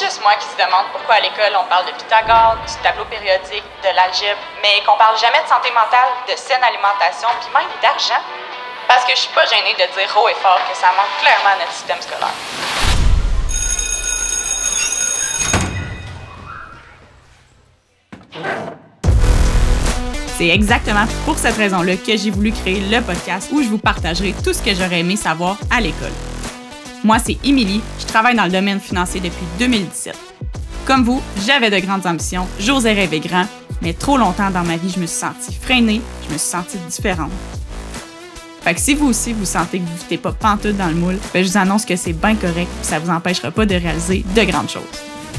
juste moi qui se demande pourquoi à l'école on parle de Pythagore, du tableau périodique, de l'algèbre, mais qu'on parle jamais de santé mentale, de saine alimentation, puis même d'argent? Parce que je suis pas gênée de dire haut et fort que ça manque clairement à notre système scolaire. C'est exactement pour cette raison-là que j'ai voulu créer le podcast où je vous partagerai tout ce que j'aurais aimé savoir à l'école. Moi, c'est Émilie, je travaille dans le domaine financier depuis 2017. Comme vous, j'avais de grandes ambitions, j'osais rêver grand, mais trop longtemps dans ma vie, je me suis sentie freinée, je me suis sentie différente. Fait que si vous aussi, vous sentez que vous ne fitez pas pantoute dans le moule, je vous annonce que c'est bien correct et ça vous empêchera pas de réaliser de grandes choses.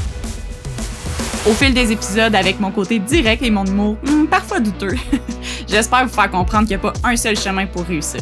Au fil des épisodes, avec mon côté direct et mon humour parfois douteux, j'espère vous faire comprendre qu'il n'y a pas un seul chemin pour réussir.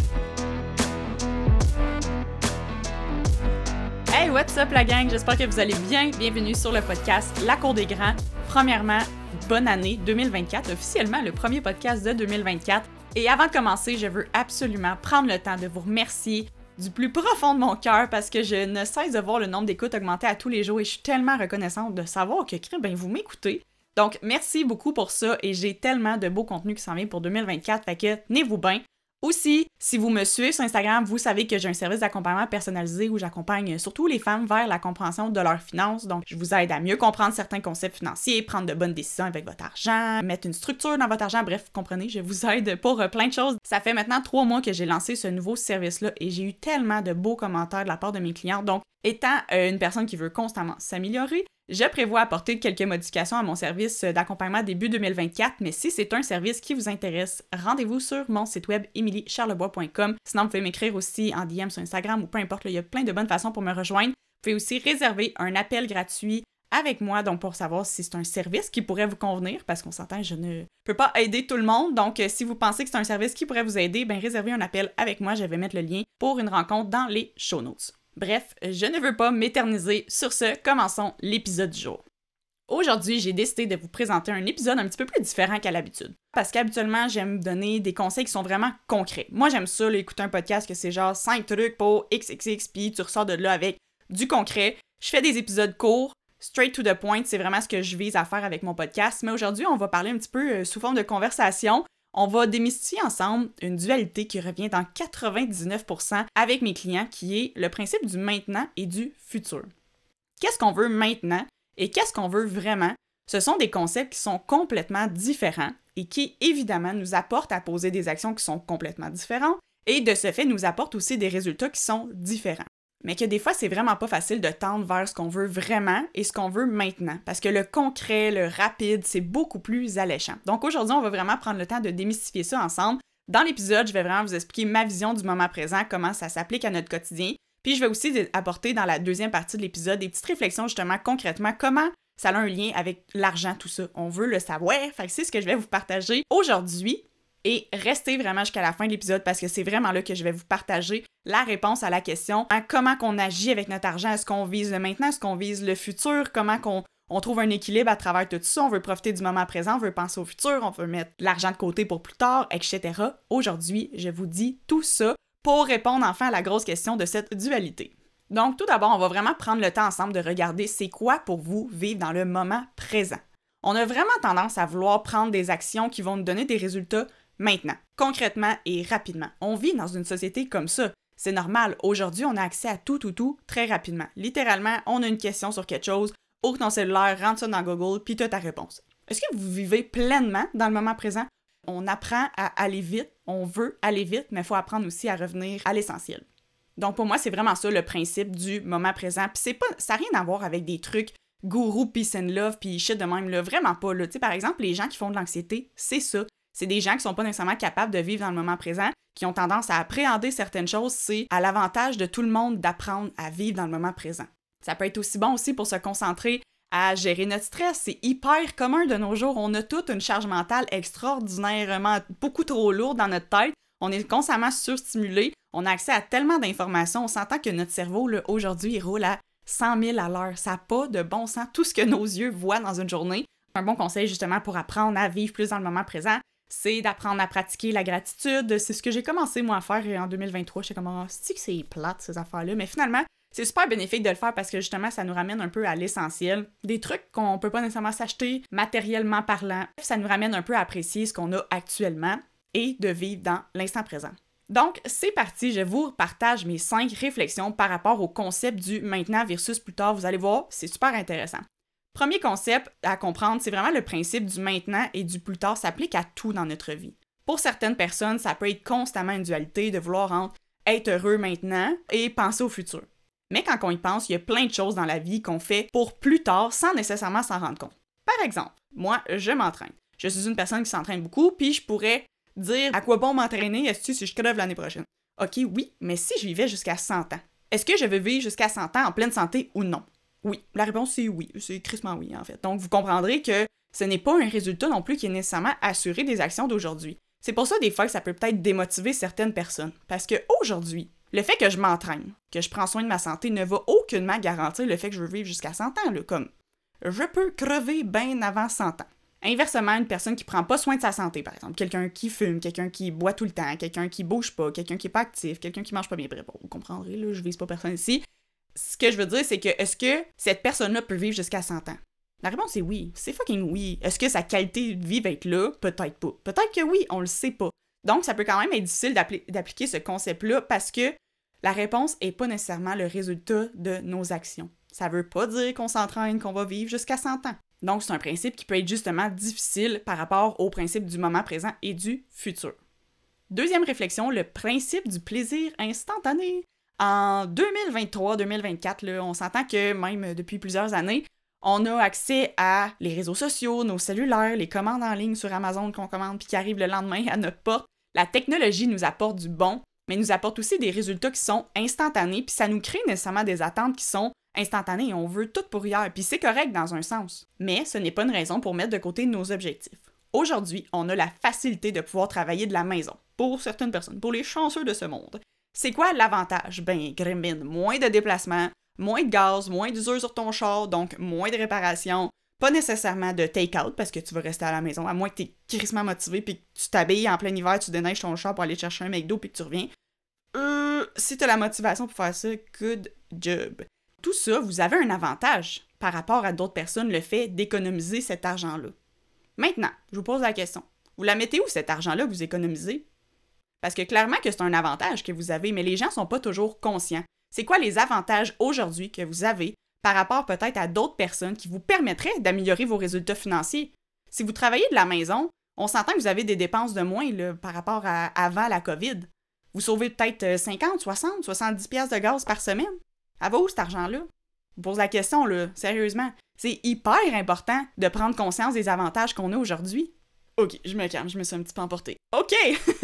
Hey, what's up la gang? J'espère que vous allez bien. Bienvenue sur le podcast La Cour des Grands. Premièrement, bonne année 2024, officiellement le premier podcast de 2024. Et avant de commencer, je veux absolument prendre le temps de vous remercier du plus profond de mon cœur parce que je ne cesse de voir le nombre d'écoutes augmenter à tous les jours et je suis tellement reconnaissante de savoir que vous m'écoutez. Donc, merci beaucoup pour ça et j'ai tellement de beaux contenus qui s'en viennent pour 2024, fait que tenez-vous bien. Aussi, si vous me suivez sur Instagram, vous savez que j'ai un service d'accompagnement personnalisé où j'accompagne surtout les femmes vers la compréhension de leurs finances. Donc, je vous aide à mieux comprendre certains concepts financiers, prendre de bonnes décisions avec votre argent, mettre une structure dans votre argent. Bref, vous comprenez, je vous aide pour plein de choses. Ça fait maintenant 3 mois que j'ai lancé ce nouveau service-là et j'ai eu tellement de beaux commentaires de la part de mes clients. Donc, étant une personne qui veut constamment s'améliorer, je prévois apporter quelques modifications à mon service d'accompagnement début 2024, mais si c'est un service qui vous intéresse, rendez-vous sur mon site web emiliecharlebois.com. Sinon, vous pouvez m'écrire aussi en DM sur Instagram ou peu importe, il y a plein de bonnes façons pour me rejoindre. Vous pouvez aussi réserver un appel gratuit avec moi, donc pour savoir si c'est un service qui pourrait vous convenir, parce qu'on s'entend, je ne peux pas aider tout le monde, donc si vous pensez que c'est un service qui pourrait vous aider, réservez un appel avec moi, je vais mettre le lien pour une rencontre dans les show notes. Bref, je ne veux pas m'éterniser. Sur ce, commençons l'épisode du jour. Aujourd'hui, j'ai décidé de vous présenter un épisode un petit peu plus différent qu'à l'habitude. Parce qu'habituellement, j'aime donner des conseils qui sont vraiment concrets. Moi, j'aime ça, écouter un podcast que c'est genre 5 trucs pour XXX, puis tu ressors de là avec du concret. Je fais des épisodes courts, straight to the point, c'est vraiment ce que je vise à faire avec mon podcast. Mais aujourd'hui, on va parler un petit peu sous forme de conversation. On va démystifier ensemble une dualité qui revient dans 99% avec mes clients, qui est le principe du maintenant et du futur. Qu'est-ce qu'on veut maintenant et qu'est-ce qu'on veut vraiment? Ce sont des concepts qui sont complètement différents et qui, évidemment, nous apportent à poser des actions qui sont complètement différentes et, de ce fait, nous apportent aussi des résultats qui sont différents. Mais que des fois, c'est vraiment pas facile de tendre vers ce qu'on veut vraiment et ce qu'on veut maintenant. Parce que le concret, le rapide, c'est beaucoup plus alléchant. Donc aujourd'hui, on va vraiment prendre le temps de démystifier ça ensemble. Dans l'épisode, je vais vraiment vous expliquer ma vision du moment présent, comment ça s'applique à notre quotidien. Puis je vais aussi apporter dans la deuxième partie de l'épisode des petites réflexions justement concrètement, comment ça a un lien avec l'argent, tout ça. On veut le savoir, fait que c'est ce que je vais vous partager aujourd'hui. Et restez vraiment jusqu'à la fin de l'épisode parce que c'est vraiment là que je vais vous partager la réponse à la question comment qu'on agit avec notre argent. Est-ce qu'on vise le maintenant? Est-ce qu'on vise le futur? Comment qu'on trouve un équilibre à travers tout ça? On veut profiter du moment présent, on veut penser au futur, on veut mettre l'argent de côté pour plus tard, etc. Aujourd'hui, je vous dis tout ça pour répondre enfin à la grosse question de cette dualité. Donc, tout d'abord, on va vraiment prendre le temps ensemble de regarder c'est quoi pour vous vivre dans le moment présent. On a vraiment tendance à vouloir prendre des actions qui vont nous donner des résultats maintenant, concrètement et rapidement. On vit dans une société comme ça. C'est normal. Aujourd'hui, on a accès à tout très rapidement. Littéralement, on a une question sur quelque chose, ouvre ton cellulaire, rentre ça dans Google, puis tu as ta réponse. Est-ce que vous vivez pleinement dans le moment présent? On apprend à aller vite, on veut aller vite, mais il faut apprendre aussi à revenir à l'essentiel. Donc pour moi, c'est vraiment ça le principe du moment présent. Puis ça n'a rien à voir avec des trucs gourou, peace and love, puis shit de même, là. Vraiment pas, là. Tu sais, par exemple, les gens qui font de l'anxiété, c'est ça. C'est des gens qui sont pas nécessairement capables de vivre dans le moment présent, qui ont tendance à appréhender certaines choses. C'est à l'avantage de tout le monde d'apprendre à vivre dans le moment présent. Ça peut être aussi bon aussi pour se concentrer à gérer notre stress. C'est hyper commun de nos jours. On a toute une charge mentale extraordinairement beaucoup trop lourde dans notre tête. On est constamment surstimulé. On a accès à tellement d'informations. On s'entend que notre cerveau, là, aujourd'hui, il roule à 100 000 à l'heure. Ça n'a pas de bon sens. Tout ce que nos yeux voient dans une journée. Un bon conseil, justement, pour apprendre à vivre plus dans le moment présent, c'est d'apprendre à pratiquer la gratitude. C'est ce que j'ai commencé, moi, à faire en 2023. J'étais comme, c'est que c'est plate, ces affaires-là. Mais finalement, C'est super bénéfique de le faire parce que justement, ça nous ramène un peu à l'essentiel. Des trucs qu'on peut pas nécessairement s'acheter matériellement parlant. Ça nous ramène un peu à apprécier ce qu'on a actuellement et de vivre dans l'instant présent. Donc, c'est parti, je vous partage mes 5 réflexions par rapport au concept du maintenant versus plus tard. Vous allez voir, c'est super intéressant. Premier concept à comprendre, c'est vraiment le principe du maintenant et du plus tard s'applique à tout dans notre vie. Pour certaines personnes, ça peut être constamment une dualité de vouloir être heureux maintenant et penser au futur. Mais quand on y pense, il y a plein de choses dans la vie qu'on fait pour plus tard sans nécessairement s'en rendre compte. Par exemple, moi, je m'entraîne. Je suis une personne qui s'entraîne beaucoup, puis je pourrais dire à quoi bon m'entraîner si je crève l'année prochaine. Ok, oui, mais si je vivais jusqu'à 100 ans, est-ce que je vais vivre jusqu'à 100 ans en pleine santé ou non? Oui, la réponse c'est oui, c'est crissement oui en fait. Donc vous comprendrez que ce n'est pas un résultat non plus qui est nécessairement assuré des actions d'aujourd'hui. C'est pour ça des fois que ça peut peut-être démotiver certaines personnes. Parce que aujourd'hui, le fait que je m'entraîne, que je prends soin de ma santé ne va aucunement garantir le fait que je veux vivre jusqu'à 100 ans. Là, comme je peux crever bien avant 100 ans. Inversement, une personne qui prend pas soin de sa santé, par exemple, quelqu'un qui fume, quelqu'un qui boit tout le temps, quelqu'un qui bouge pas, quelqu'un qui est pas actif, quelqu'un qui mange pas bien, bref, bon, vous comprendrez, là, je vise pas personne ici. Ce que je veux dire, c'est que est-ce que cette personne-là peut vivre jusqu'à 100 ans? La réponse est oui, c'est fucking oui. Est-ce que sa qualité de vie va être là? Peut-être pas. Peut-être que oui, on le sait pas. Donc, ça peut quand même être difficile d'appliquer ce concept-là parce que la réponse est pas nécessairement le résultat de nos actions. Ça veut pas dire qu'on s'entraîne, qu'on va vivre jusqu'à 100 ans. Donc, c'est un principe qui peut être justement difficile par rapport au principe du moment présent et du futur. Deuxième réflexion, le principe du plaisir instantané. En 2023-2024, on s'entend que même depuis plusieurs années, on a accès à les réseaux sociaux, nos cellulaires, les commandes en ligne sur Amazon qu'on commande puis qui arrivent le lendemain à notre porte. La technologie nous apporte du bon, mais nous apporte aussi des résultats qui sont instantanés, puis ça nous crée nécessairement des attentes qui sont instantanées. On veut tout pour hier, puis c'est correct dans un sens. Mais ce n'est pas une raison pour mettre de côté nos objectifs. Aujourd'hui, on a la facilité de pouvoir travailler de la maison, pour certaines personnes, pour les chanceux de ce monde. C'est quoi l'avantage? Ben, Gremlin, moins de déplacements, moins de gaz, moins d'usure sur ton char, donc moins de réparations, pas nécessairement de take-out parce que tu vas rester à la maison, à moins que tu es crissement motivé puis que tu t'habilles en plein hiver, tu déneiges ton char pour aller chercher un McDo puis que tu reviens. Si tu as la motivation pour faire ça, good job. Tout ça, vous avez un avantage par rapport à d'autres personnes, le fait d'économiser cet argent-là. Maintenant, je vous pose la question. Vous la mettez où cet argent-là que vous économisez? Parce que clairement que c'est un avantage que vous avez, mais les gens sont pas toujours conscients. C'est quoi les avantages aujourd'hui que vous avez par rapport peut-être à d'autres personnes qui vous permettraient d'améliorer vos résultats financiers? Si vous travaillez de la maison, on s'entend que vous avez des dépenses de moins là, par rapport à avant la COVID. Vous sauvez peut-être 50, 60, 70 pièces de gaz par semaine. Elle va où cet argent-là? Je vous pose la question, là, sérieusement. C'est hyper important de prendre conscience des avantages qu'on a aujourd'hui. Ok, je me calme, je me suis un petit peu emportée. Ok!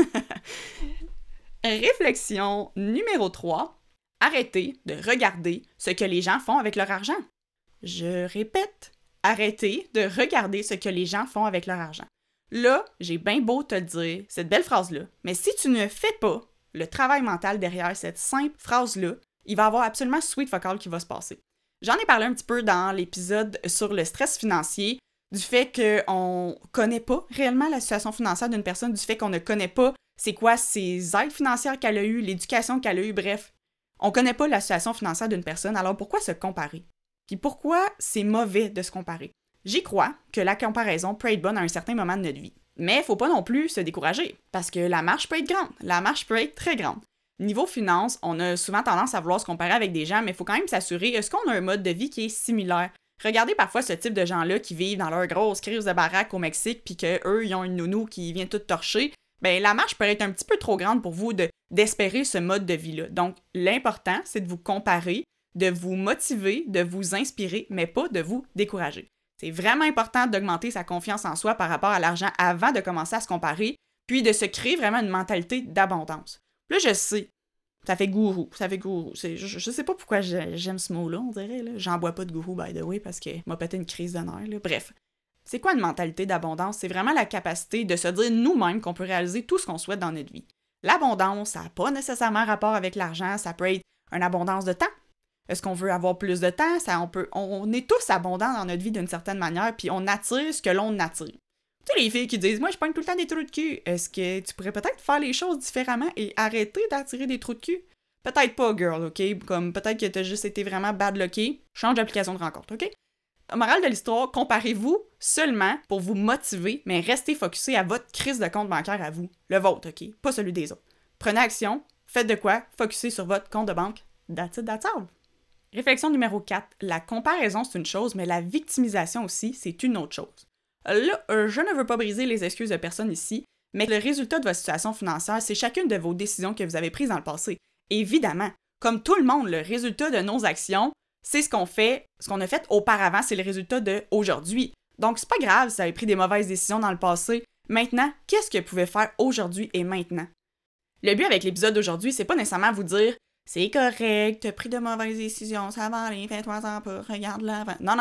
Réflexion numéro 3. Arrêtez de regarder ce que les gens font avec leur argent. Je répète, arrêtez de regarder ce que les gens font avec leur argent. Là, j'ai bien beau te le dire, cette belle phrase-là, mais si tu ne fais pas le travail mental derrière cette simple phrase-là, il va y avoir absolument sweet fuck all qui va se passer. J'en ai parlé un petit peu dans l'épisode sur le stress financier, du fait qu'on connaît pas réellement la situation financière d'une personne, du fait qu'on ne connaît pas c'est quoi ses aides financières qu'elle a eues, l'éducation qu'elle a eue, bref. On connaît pas la situation financière d'une personne, alors pourquoi se comparer? Puis pourquoi c'est mauvais de se comparer? J'y crois que la comparaison peut être bonne à un certain moment de notre vie. Mais faut pas non plus se décourager, parce que la marche peut être grande, la marche peut être très grande. Niveau finance, on a souvent tendance à vouloir se comparer avec des gens, mais il faut quand même s'assurer, est-ce qu'on a un mode de vie qui est similaire? Regardez parfois ce type de gens-là qui vivent dans leur grosse crise de baraque au Mexique, puis qu'eux, ils ont une nounou qui vient toute torcher. Ben la marche peut être un petit peu trop grande pour vous d'espérer ce mode de vie-là. Donc, l'important, c'est de vous comparer, de vous motiver, de vous inspirer, mais pas de vous décourager. C'est vraiment important d'augmenter sa confiance en soi par rapport à l'argent avant de commencer à se comparer, puis de se créer vraiment une mentalité d'abondance. Là, je sais, ça fait gourou. Je sais pas pourquoi j'aime ce mot-là, on dirait. Là. J'en bois pas de gourou, by the way, parce que m'a pété une crise de nerfs. Là. Bref. C'est quoi une mentalité d'abondance? C'est vraiment la capacité de se dire nous-mêmes qu'on peut réaliser tout ce qu'on souhaite dans notre vie. L'abondance, ça n'a pas nécessairement rapport avec l'argent, ça peut être une abondance de temps. Est-ce qu'on veut avoir plus de temps? On est tous abondants dans notre vie d'une certaine manière, puis on attire ce que l'on attire. Tu sais, les filles qui disent « Moi, je pogne tout le temps des trous de cul », est-ce que tu pourrais peut-être faire les choses différemment et arrêter d'attirer des trous de cul? Peut-être pas, girl, OK? Comme peut-être que t'as juste été vraiment bad lucky. Change d'application de rencontre, OK? Morale de l'histoire, comparez-vous seulement pour vous motiver, mais restez focusé à votre crise de compte bancaire à vous. Le vôtre, OK? Pas celui des autres. Prenez action, faites de quoi? Focusez sur votre compte de banque. That's it, that's all. Réflexion numéro 4. La comparaison, c'est une chose, mais la victimisation aussi, c'est une autre chose. Là, je ne veux pas briser les excuses de personne ici, mais le résultat de votre situation financière, c'est chacune de vos décisions que vous avez prises dans le passé. Évidemment, comme tout le monde, le résultat de nos actions, c'est ce qu'on a fait auparavant, c'est le résultat de aujourd'hui. Donc, c'est pas grave si vous avez pris des mauvaises décisions dans le passé. Maintenant, qu'est-ce que vous pouvez faire aujourd'hui et maintenant? Le but avec l'épisode d'aujourd'hui, c'est pas nécessairement vous dire « C'est correct, t'as pris de mauvaises décisions, ça va aller, fais-toi-en pas, regarde l'avant. » Non.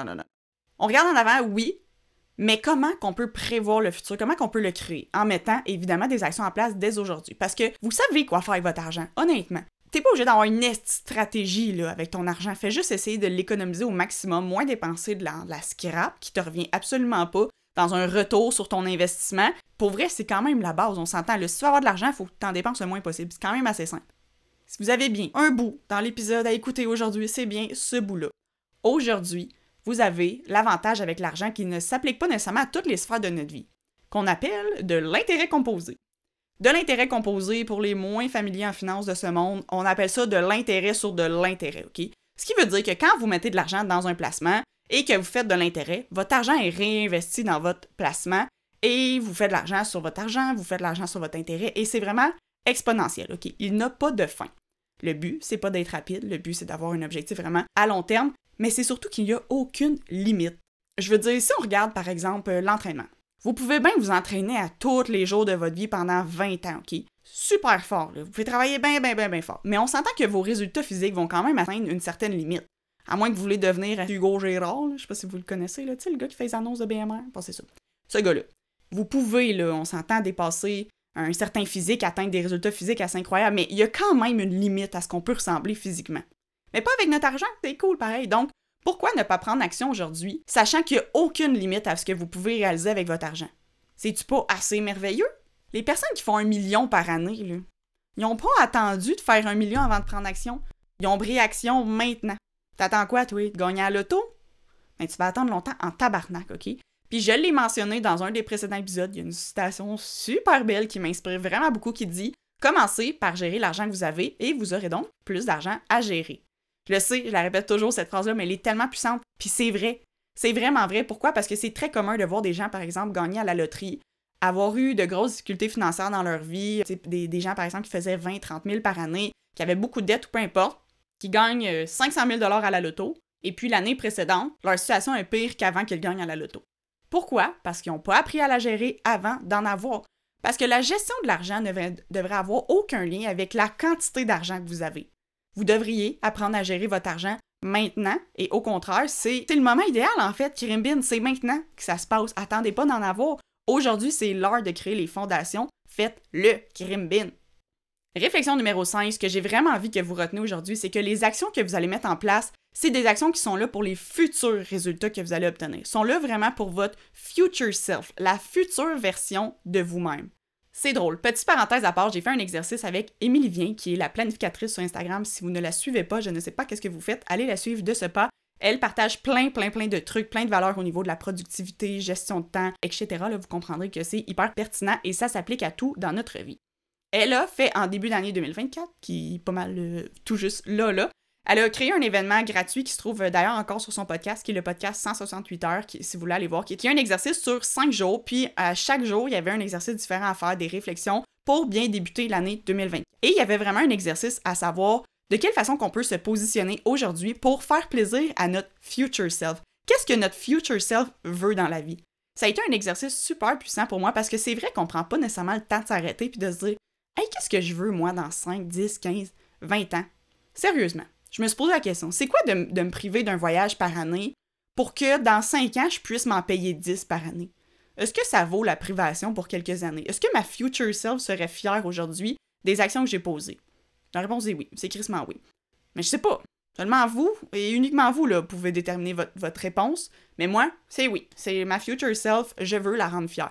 On regarde en avant, oui, mais comment qu'on peut prévoir le futur? Comment qu'on peut le créer? En mettant, évidemment, des actions en place dès aujourd'hui. Parce que vous savez quoi faire avec votre argent, honnêtement. T'es pas obligé d'avoir une stratégie là, avec ton argent. Fais juste essayer de l'économiser au maximum, moins dépenser de la scrap qui te revient absolument pas dans un retour sur ton investissement. Pour vrai, c'est quand même la base, on s'entend. Si tu veux avoir de l'argent, il faut que tu en dépenses le moins possible. C'est quand même assez simple. Si vous avez bien un bout dans l'épisode à écouter aujourd'hui, c'est bien ce bout-là. Aujourd'hui, vous avez l'avantage avec l'argent qui ne s'applique pas nécessairement à toutes les sphères de notre vie, qu'on appelle de l'intérêt composé. De l'intérêt composé, pour les moins familiers en finance de ce monde, on appelle ça de l'intérêt sur de l'intérêt, OK? Ce qui veut dire que quand vous mettez de l'argent dans un placement et que vous faites de l'intérêt, votre argent est réinvesti dans votre placement et vous faites de l'argent sur votre argent, vous faites de l'argent sur votre intérêt et c'est vraiment exponentiel, OK? Il n'a pas de fin. Le but, c'est pas d'être rapide, le but, c'est d'avoir un objectif vraiment à long terme, mais c'est surtout qu'il n'y a aucune limite. Je veux dire, si on regarde par exemple l'entraînement, vous pouvez bien vous entraîner à tous les jours de votre vie pendant 20 ans, OK? Super fort, là. Vous pouvez travailler bien fort. Mais on s'entend que vos résultats physiques vont quand même atteindre une certaine limite. À moins que vous voulez devenir Hugo Gérard, là. Je sais pas si vous le connaissez, là. Tu sais, le gars qui fait les annonces de BMR. Bon, c'est ça. Ce gars-là. Vous pouvez, là, on s'entend, dépasser un certain physique, atteindre des résultats physiques assez incroyables, mais il y a quand même une limite à ce qu'on peut ressembler physiquement. Mais pas avec notre argent, c'est cool pareil. Donc, pourquoi ne pas prendre action aujourd'hui, sachant qu'il n'y a aucune limite à ce que vous pouvez réaliser avec votre argent? C'est-tu pas assez merveilleux? Les personnes qui font 1 million par année, là, ils n'ont pas attendu de faire 1 million avant de prendre action. Ils ont pris action maintenant. T'attends quoi, toi? De gagner à l'auto? Ben, tu vas attendre longtemps en tabarnak, OK? Puis je l'ai mentionné dans un des précédents épisodes, il y a une citation super belle qui m'inspire vraiment beaucoup qui dit « Commencez par gérer l'argent que vous avez et vous aurez donc plus d'argent à gérer. » Je le sais, je la répète toujours cette phrase-là, mais elle est tellement puissante, puis c'est vrai. C'est vraiment vrai. Pourquoi? Parce que c'est très commun de voir des gens, par exemple, gagner à la loterie, avoir eu de grosses difficultés financières dans leur vie, des gens, par exemple, qui faisaient 20, 30 000 par année, qui avaient beaucoup de dettes ou peu importe, qui gagnent 500 000 $ à la loto, et puis l'année précédente, leur situation est pire qu'avant qu'ils gagnent à la loto. Pourquoi? Parce qu'ils n'ont pas appris à la gérer avant d'en avoir. Parce que la gestion de l'argent ne devrait avoir aucun lien avec la quantité d'argent que vous avez. Vous devriez apprendre à gérer votre argent maintenant, et au contraire, c'est le moment idéal en fait, Krimbin, c'est maintenant que ça se passe. Attendez pas d'en avoir. Aujourd'hui, c'est l'heure de créer les fondations. Faites-le, Krimbin. Réflexion numéro 5, ce que j'ai vraiment envie que vous retenez aujourd'hui, c'est que les actions que vous allez mettre en place, c'est des actions qui sont là pour les futurs résultats que vous allez obtenir. Ils sont là vraiment pour votre future self, la future version de vous-même. C'est drôle. Petite parenthèse à part, j'ai fait un exercice avec Émilie Vien, qui est la planificatrice sur Instagram. Si vous ne la suivez pas, je ne sais pas qu'est-ce que vous faites, allez la suivre de ce pas. Elle partage plein de trucs, plein de valeurs au niveau de la productivité, gestion de temps, etc. Là, vous comprendrez que c'est hyper pertinent et ça s'applique à tout dans notre vie. Elle a fait en début d'année 2024, qui est pas mal tout juste là, elle a créé un événement gratuit qui se trouve d'ailleurs encore sur son podcast, qui est le podcast 168 heures, qui, si vous voulez aller voir, qui est un exercice sur 5 jours, puis à chaque jour, il y avait un exercice différent à faire, des réflexions pour bien débuter l'année 2024. Et il y avait vraiment un exercice à savoir de quelle façon qu'on peut se positionner aujourd'hui pour faire plaisir à notre future self. Qu'est-ce que notre future self veut dans la vie? Ça a été un exercice super puissant pour moi parce que c'est vrai qu'on prend pas nécessairement le temps de s'arrêter puis de se dire « Hey, qu'est-ce que je veux moi dans 5, 10, 15, 20 ans? » Sérieusement. Je me suis posé la question, c'est quoi de me priver d'un voyage par année pour que dans 5 ans, je puisse m'en payer 10 par année? Est-ce que ça vaut la privation pour quelques années? Est-ce que ma future self serait fière aujourd'hui des actions que j'ai posées? La réponse est oui, c'est crissement oui. Mais je sais pas, seulement vous, et uniquement vous, là, pouvez déterminer votre réponse, mais moi, c'est oui. C'est ma future self, je veux la rendre fière.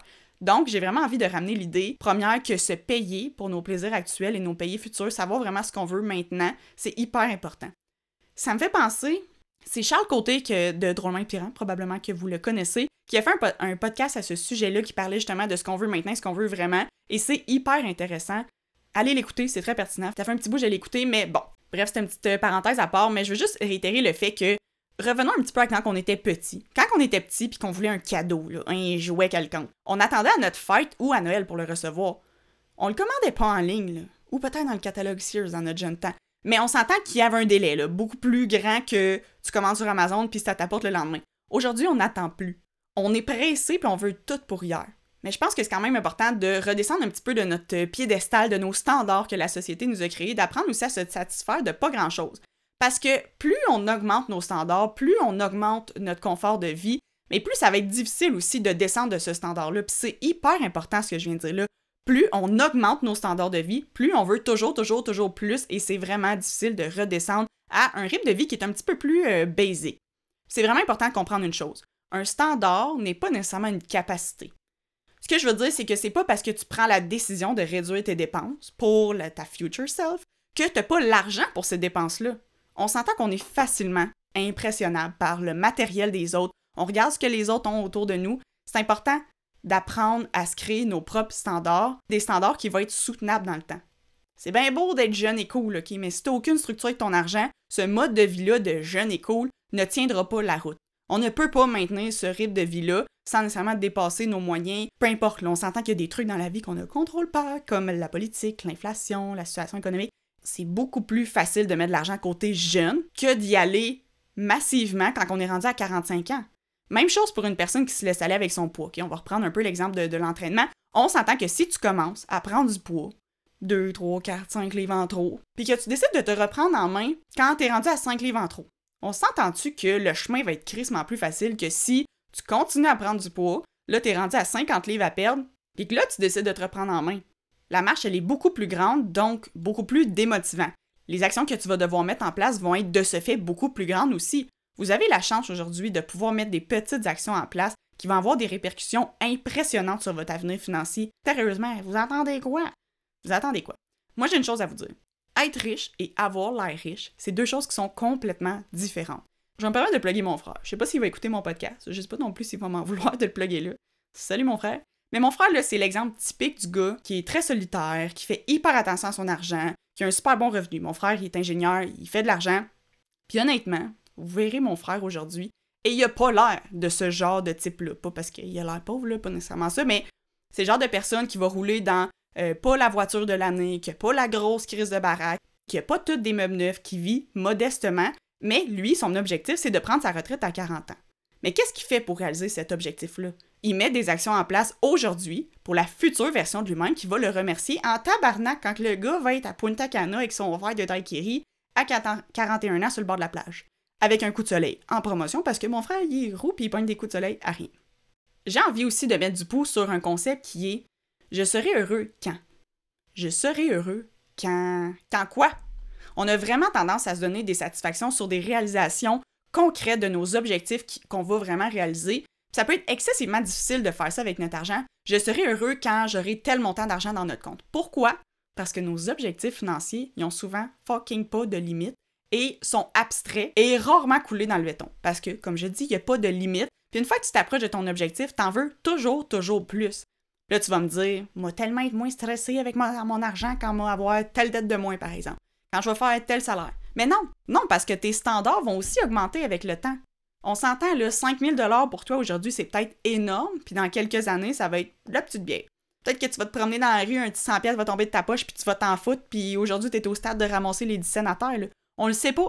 Donc, j'ai vraiment envie de ramener l'idée première que se payer pour nos plaisirs actuels et nos pays futurs, savoir vraiment ce qu'on veut maintenant, c'est hyper important. Ça me fait penser, c'est Charles Côté de Drôlement Inspirant, probablement que vous le connaissez, qui a fait un podcast à ce sujet-là qui parlait justement de ce qu'on veut maintenant, ce qu'on veut vraiment, et c'est hyper intéressant. Allez l'écouter, c'est très pertinent. Ça fait un petit bout, je l'ai écouté, mais bon, bref, c'est une petite parenthèse à part, mais je veux juste réitérer le fait que revenons un petit peu à quand on était petit. Quand on était petit puis qu'on voulait un cadeau, là, un jouet quelconque, on attendait à notre fête ou à Noël pour le recevoir. On le commandait pas en ligne, là, ou peut-être dans le catalogue Sears dans notre jeune temps. Mais on s'entend qu'il y avait un délai, là, beaucoup plus grand que tu commandes sur Amazon puis ça t'apporte le lendemain. Aujourd'hui, on n'attend plus. On est pressé puis on veut tout pour hier. Mais je pense que c'est quand même important de redescendre un petit peu de notre piédestal, de nos standards que la société nous a créés, d'apprendre aussi à se satisfaire de pas grand-chose. Parce que plus on augmente nos standards, plus on augmente notre confort de vie, mais plus ça va être difficile aussi de descendre de ce standard-là. Puis c'est hyper important ce que je viens de dire là. Plus on augmente nos standards de vie, plus on veut toujours plus, et c'est vraiment difficile de redescendre à un rythme de vie qui est un petit peu plus basic. C'est vraiment important de comprendre une chose. Un standard n'est pas nécessairement une capacité. Ce que je veux dire, c'est que c'est pas parce que tu prends la décision de réduire tes dépenses pour ta future self que t'as pas l'argent pour ces dépenses-là. On s'entend qu'on est facilement impressionnable par le matériel des autres. On regarde ce que les autres ont autour de nous. C'est important d'apprendre à se créer nos propres standards, des standards qui vont être soutenables dans le temps. C'est bien beau d'être jeune et cool, ok, mais si t'as aucune structure avec ton argent, ce mode de vie-là de jeune et cool ne tiendra pas la route. On ne peut pas maintenir ce rythme de vie-là sans nécessairement dépasser nos moyens. Peu importe, là, on s'entend qu'il y a des trucs dans la vie qu'on ne contrôle pas, comme la politique, l'inflation, la situation économique. C'est beaucoup plus facile de mettre de l'argent côté jeune que d'y aller massivement quand on est rendu à 45 ans. Même chose pour une personne qui se laisse aller avec son poids. Okay? On va reprendre un peu l'exemple de l'entraînement. On s'entend que si tu commences à prendre du poids, 2, 3, 4, 5 livres en trop, puis que tu décides de te reprendre en main quand t'es rendu à 5 livres en trop, on s'entend-tu que le chemin va être crissement plus facile que si tu continues à prendre du poids, là t'es rendu à 50 livres à perdre, puis que là tu décides de te reprendre en main. La marche, elle est beaucoup plus grande, donc beaucoup plus démotivant. Les actions que tu vas devoir mettre en place vont être de ce fait beaucoup plus grandes aussi. Vous avez la chance aujourd'hui de pouvoir mettre des petites actions en place qui vont avoir des répercussions impressionnantes sur votre avenir financier. Sérieusement, vous attendez quoi? Vous attendez quoi? Moi, j'ai une chose à vous dire. Être riche et avoir l'air riche, c'est deux choses qui sont complètement différentes. Je vais me permettre de plugger mon frère. Je sais pas s'il va écouter mon podcast. Je sais pas non plus s'il va m'en vouloir de le plugger là. Salut mon frère. Mais mon frère, là, c'est l'exemple typique du gars qui est très solitaire, qui fait hyper attention à son argent, qui a un super bon revenu. Mon frère, il est ingénieur, il fait de l'argent. Puis honnêtement, vous verrez mon frère aujourd'hui, et il a pas l'air de ce genre de type-là. Pas parce qu'il a l'air pauvre, là, pas nécessairement ça, mais c'est le genre de personne qui va rouler dans pas la voiture de l'année, qui a pas la grosse crise de baraque, qui a pas toutes des meubles neufs, qui vit modestement, mais lui, son objectif, c'est de prendre sa retraite à 40 ans. Mais qu'est-ce qu'il fait pour réaliser cet objectif-là? Il met des actions en place aujourd'hui pour la future version de lui-même qui va le remercier en tabarnak quand le gars va être à Punta Cana avec son verre de daiquiri à 41 ans sur le bord de la plage. Avec un coup de soleil en promotion parce que mon frère, il est roux pis il pogne des coups de soleil à rien. J'ai envie aussi de mettre du pouce sur un concept qui est « Je serai heureux quand? » Je serai heureux quand... Quand quoi? On a vraiment tendance à se donner des satisfactions sur des réalisations concrètes de nos objectifs qu'on va vraiment réaliser. Puis ça peut être excessivement difficile de faire ça avec notre argent. Je serai heureux quand j'aurai tel montant d'argent dans notre compte. Pourquoi? Parce que nos objectifs financiers, ils ont souvent fucking pas de limite et sont abstraits et rarement coulés dans le béton. Parce que, comme je dis, il n'y a pas de limite. Puis une fois que tu t'approches de ton objectif, t'en veux toujours plus. Là, tu vas me dire, moi, tellement être moins stressé avec mon argent quand moi avoir telle dette de moins, par exemple. Quand je vais faire tel salaire. Mais non, parce que tes standards vont aussi augmenter avec le temps. On s'entend, là, 5 000 $ pour toi aujourd'hui, c'est peut-être énorme, puis dans quelques années, ça va être la petite bière. Peut-être que tu vas te promener dans la rue, un petit 100$ va tomber de ta poche, puis tu vas t'en foutre, puis aujourd'hui, tu es au stade de ramasser les 10 cents à terre, là. On le sait pas,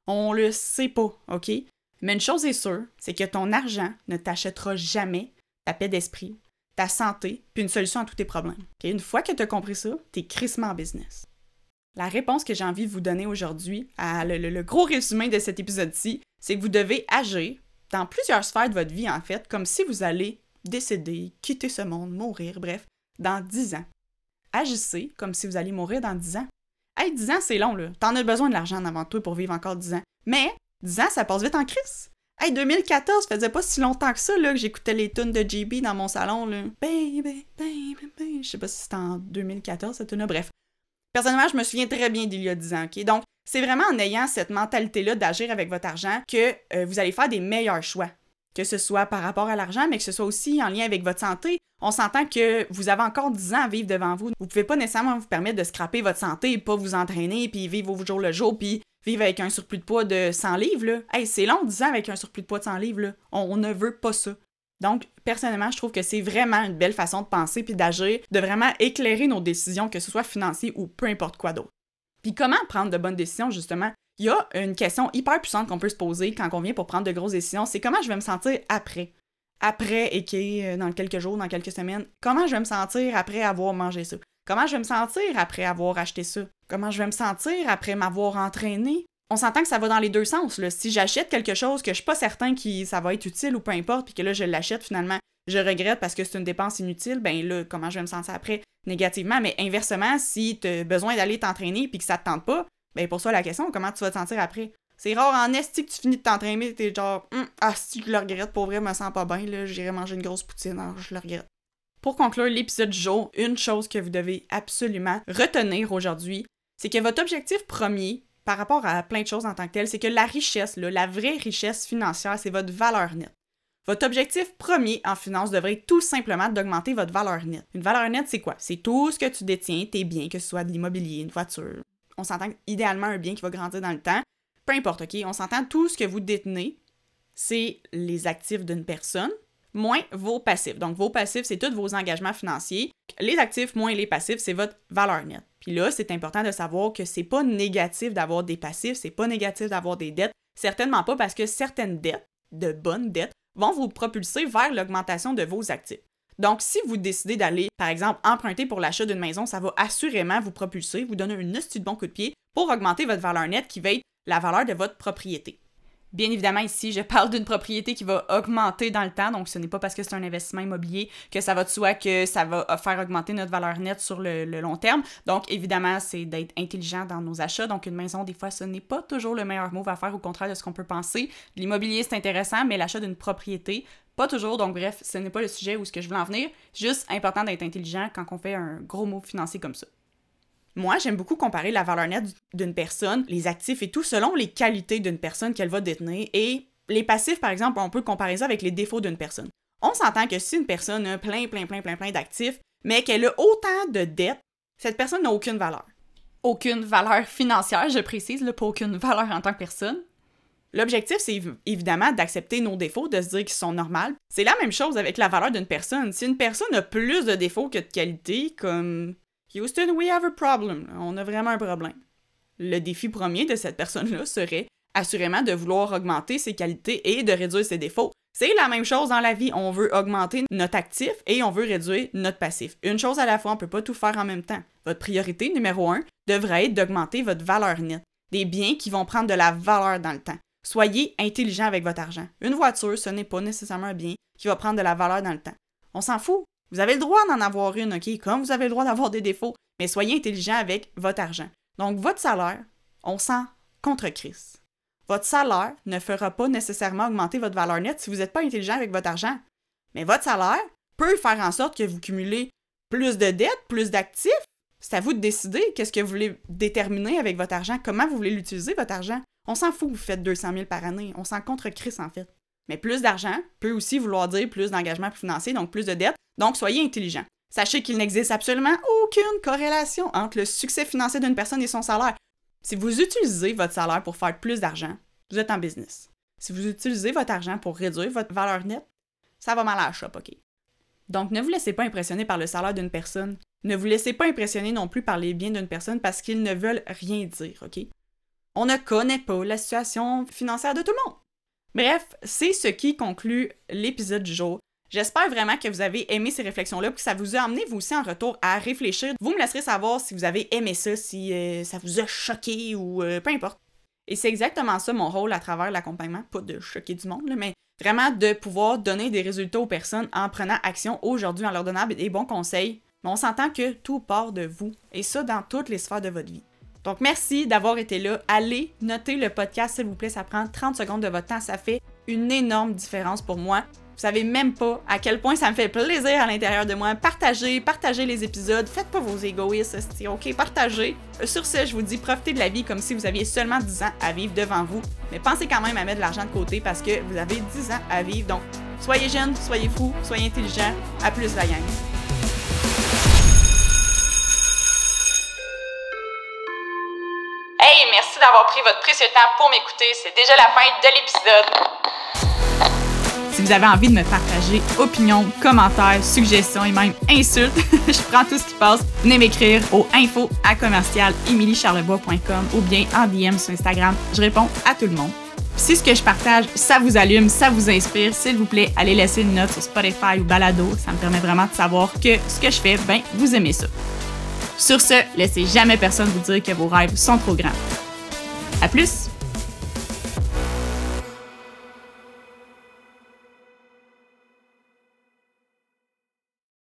OK? Mais une chose est sûre, c'est que ton argent ne t'achètera jamais ta paix d'esprit, ta santé, puis une solution à tous tes problèmes. Okay? Une fois que tu as compris ça, t'es crissement en business. La réponse que j'ai envie de vous donner aujourd'hui, à le gros résumé de cet épisode-ci, c'est que vous devez agir dans plusieurs sphères de votre vie, en fait, comme si vous allez décéder, quitter ce monde, mourir, bref, dans 10 ans. Agissez comme si vous alliez mourir dans 10 ans. Hey, 10 ans, c'est long, là. T'en as besoin de l'argent avant toi pour vivre encore 10 ans. Mais 10 ans, ça passe vite en crise. Hey, 2014, faisait pas si longtemps que ça, là, que j'écoutais les tunes de JB dans mon salon, là. Baby, baby, baby. Je sais pas si c'était en 2014, cette tune-là, bref. Personnellement, je me souviens très bien d'il y a 10 ans, OK? Donc, c'est vraiment en ayant cette mentalité-là d'agir avec votre argent que vous allez faire des meilleurs choix. Que ce soit par rapport à l'argent, mais que ce soit aussi en lien avec votre santé. On s'entend que vous avez encore 10 ans à vivre devant vous. Vous pouvez pas nécessairement vous permettre de scraper votre santé et pas vous entraîner, puis vivre au jour le jour, puis vivre avec un surplus de poids de 100 livres, là. Hey, c'est long, 10 ans avec un surplus de poids de 100 livres, là. On ne veut pas ça. Donc, personnellement, je trouve que c'est vraiment une belle façon de penser puis d'agir, de vraiment éclairer nos décisions, que ce soit financier ou peu importe quoi d'autre. Puis comment prendre de bonnes décisions, justement? Il y a une question hyper puissante qu'on peut se poser quand on vient pour prendre de grosses décisions, c'est comment je vais me sentir après. Après, et dans quelques jours, dans quelques semaines, comment je vais me sentir après avoir mangé ça? Comment je vais me sentir après avoir acheté ça? Comment je vais me sentir après m'avoir entraîné? On s'entend que ça va dans les deux sens, là. Si j'achète quelque chose que je suis pas certain que ça va être utile ou peu importe, puis que là, je l'achète finalement, je regrette parce que c'est une dépense inutile, ben là, comment je vais me sentir après? Négativement. Mais inversement, si tu as besoin d'aller t'entraîner puis que ça te tente pas, ben pour ça la question, comment tu vas te sentir après? C'est rare en esti que tu finis de t'entraîner et t'es genre si je le regrette, pour vrai, je me sens pas bien, là, j'irai manger une grosse poutine, alors je le regrette. Pour conclure l'épisode du jour, une chose que vous devez absolument retenir aujourd'hui, c'est que votre objectif premier, par rapport à plein de choses en tant que tel, c'est que la richesse, là, la vraie richesse financière, c'est votre valeur nette. Votre objectif premier en finance devrait être tout simplement d'augmenter votre valeur nette. Une valeur nette, c'est quoi? C'est tout ce que tu détiens, tes biens, que ce soit de l'immobilier, une voiture. On s'entend idéalement un bien qui va grandir dans le temps. Peu importe, OK? On s'entend tout ce que vous détenez, c'est les actifs d'une personne, moins vos passifs. Donc, vos passifs, c'est tous vos engagements financiers. Les actifs moins les passifs, c'est votre valeur nette. Puis là, c'est important de savoir que c'est pas négatif d'avoir des passifs, c'est pas négatif d'avoir des dettes. Certainement pas parce que certaines dettes, de bonnes dettes, vont vous propulser vers l'augmentation de vos actifs. Donc, si vous décidez d'aller, par exemple, emprunter pour l'achat d'une maison, ça va assurément vous propulser, vous donner un hostie de bon coup de pied pour augmenter votre valeur nette qui va être la valeur de votre propriété. Bien évidemment, ici, je parle d'une propriété qui va augmenter dans le temps, donc ce n'est pas parce que c'est un investissement immobilier que ça va de soi que ça va faire augmenter notre valeur nette sur le long terme. Donc, évidemment, c'est d'être intelligent dans nos achats. Donc, une maison, des fois, ce n'est pas toujours le meilleur move à faire, au contraire de ce qu'on peut penser. L'immobilier, c'est intéressant, mais l'achat d'une propriété, pas toujours. Donc, bref, ce n'est pas le sujet où ce que je veux en venir. Juste important d'être intelligent quand on fait un gros move financier comme ça. Moi, j'aime beaucoup comparer la valeur nette d'une personne, les actifs et tout, selon les qualités d'une personne qu'elle va détenir. Et les passifs, par exemple, on peut comparer ça avec les défauts d'une personne. On s'entend que si une personne a plein d'actifs, mais qu'elle a autant de dettes, cette personne n'a aucune valeur. Aucune valeur financière, je précise, là, pas aucune valeur en tant que personne. L'objectif, c'est évidemment d'accepter nos défauts, de se dire qu'ils sont normaux. C'est la même chose avec la valeur d'une personne. Si une personne a plus de défauts que de qualités, comme Houston, we have a problem. On a vraiment un problème. Le défi premier de cette personne-là serait assurément de vouloir augmenter ses qualités et de réduire ses défauts. C'est la même chose dans la vie. On veut augmenter notre actif et on veut réduire notre passif. Une chose à la fois, on ne peut pas tout faire en même temps. Votre priorité numéro 1 devrait être d'augmenter votre valeur nette. Des biens qui vont prendre de la valeur dans le temps. Soyez intelligent avec votre argent. Une voiture, ce n'est pas nécessairement un bien qui va prendre de la valeur dans le temps. On s'en fout. Vous avez le droit d'en avoir une, OK? Comme vous avez le droit d'avoir des défauts, mais soyez intelligent avec votre argent. Donc, votre salaire, on s'en contre-crisse. Votre salaire ne fera pas nécessairement augmenter votre valeur nette si vous n'êtes pas intelligent avec votre argent. Mais votre salaire peut faire en sorte que vous cumulez plus de dettes, plus d'actifs. C'est à vous de décider qu'est-ce que vous voulez déterminer avec votre argent, comment vous voulez l'utiliser, votre argent. On s'en fout que vous faites 200 000 par année. On s'en contre-crisse, en fait. Mais plus d'argent peut aussi vouloir dire plus d'engagement financier, donc plus de dettes. Donc, soyez intelligent. Sachez qu'il n'existe absolument aucune corrélation entre le succès financier d'une personne et son salaire. Si vous utilisez votre salaire pour faire plus d'argent, vous êtes en business. Si vous utilisez votre argent pour réduire votre valeur nette, ça va mal à la shop, OK? Donc, ne vous laissez pas impressionner par le salaire d'une personne. Ne vous laissez pas impressionner non plus par les biens d'une personne parce qu'ils ne veulent rien dire, OK? On ne connaît pas la situation financière de tout le monde. Bref, c'est ce qui conclut l'épisode du jour. J'espère vraiment que vous avez aimé ces réflexions-là, que ça vous a amené, vous aussi, en retour, à réfléchir. Vous me laisserez savoir si vous avez aimé ça, si ça vous a choqué ou peu importe. Et c'est exactement ça mon rôle à travers l'accompagnement, pas de choquer du monde, là, mais vraiment de pouvoir donner des résultats aux personnes en prenant action aujourd'hui, en leur donnant des bons conseils. Mais on s'entend que tout part de vous, et ça dans toutes les sphères de votre vie. Donc, merci d'avoir été là. Allez noter le podcast, s'il vous plaît. Ça prend 30 secondes de votre temps. Ça fait une énorme différence pour moi. Vous savez même pas à quel point ça me fait plaisir à l'intérieur de moi. Partagez les épisodes, faites pas vos égoïstes, ok, partagez. Sur ce, je vous dis, profitez de la vie comme si vous aviez seulement 10 ans à vivre devant vous, mais pensez quand même à mettre de l'argent de côté parce que vous avez 10 ans à vivre, donc soyez jeunes, soyez fous, soyez intelligents, à plus la gang. Hey, merci d'avoir pris votre précieux temps pour m'écouter, c'est déjà la fin de l'épisode. Si vous avez envie de me partager opinions, commentaires, suggestions et même insultes, je prends tout ce qui passe. Venez m'écrire au info@emiliecharlebois.com ou bien en DM sur Instagram. Je réponds à tout le monde. Si ce que je partage, ça vous allume, ça vous inspire, s'il vous plaît, allez laisser une note sur Spotify ou Balado. Ça me permet vraiment de savoir que ce que je fais, vous aimez ça. Sur ce, laissez jamais personne vous dire que vos rêves sont trop grands. À plus!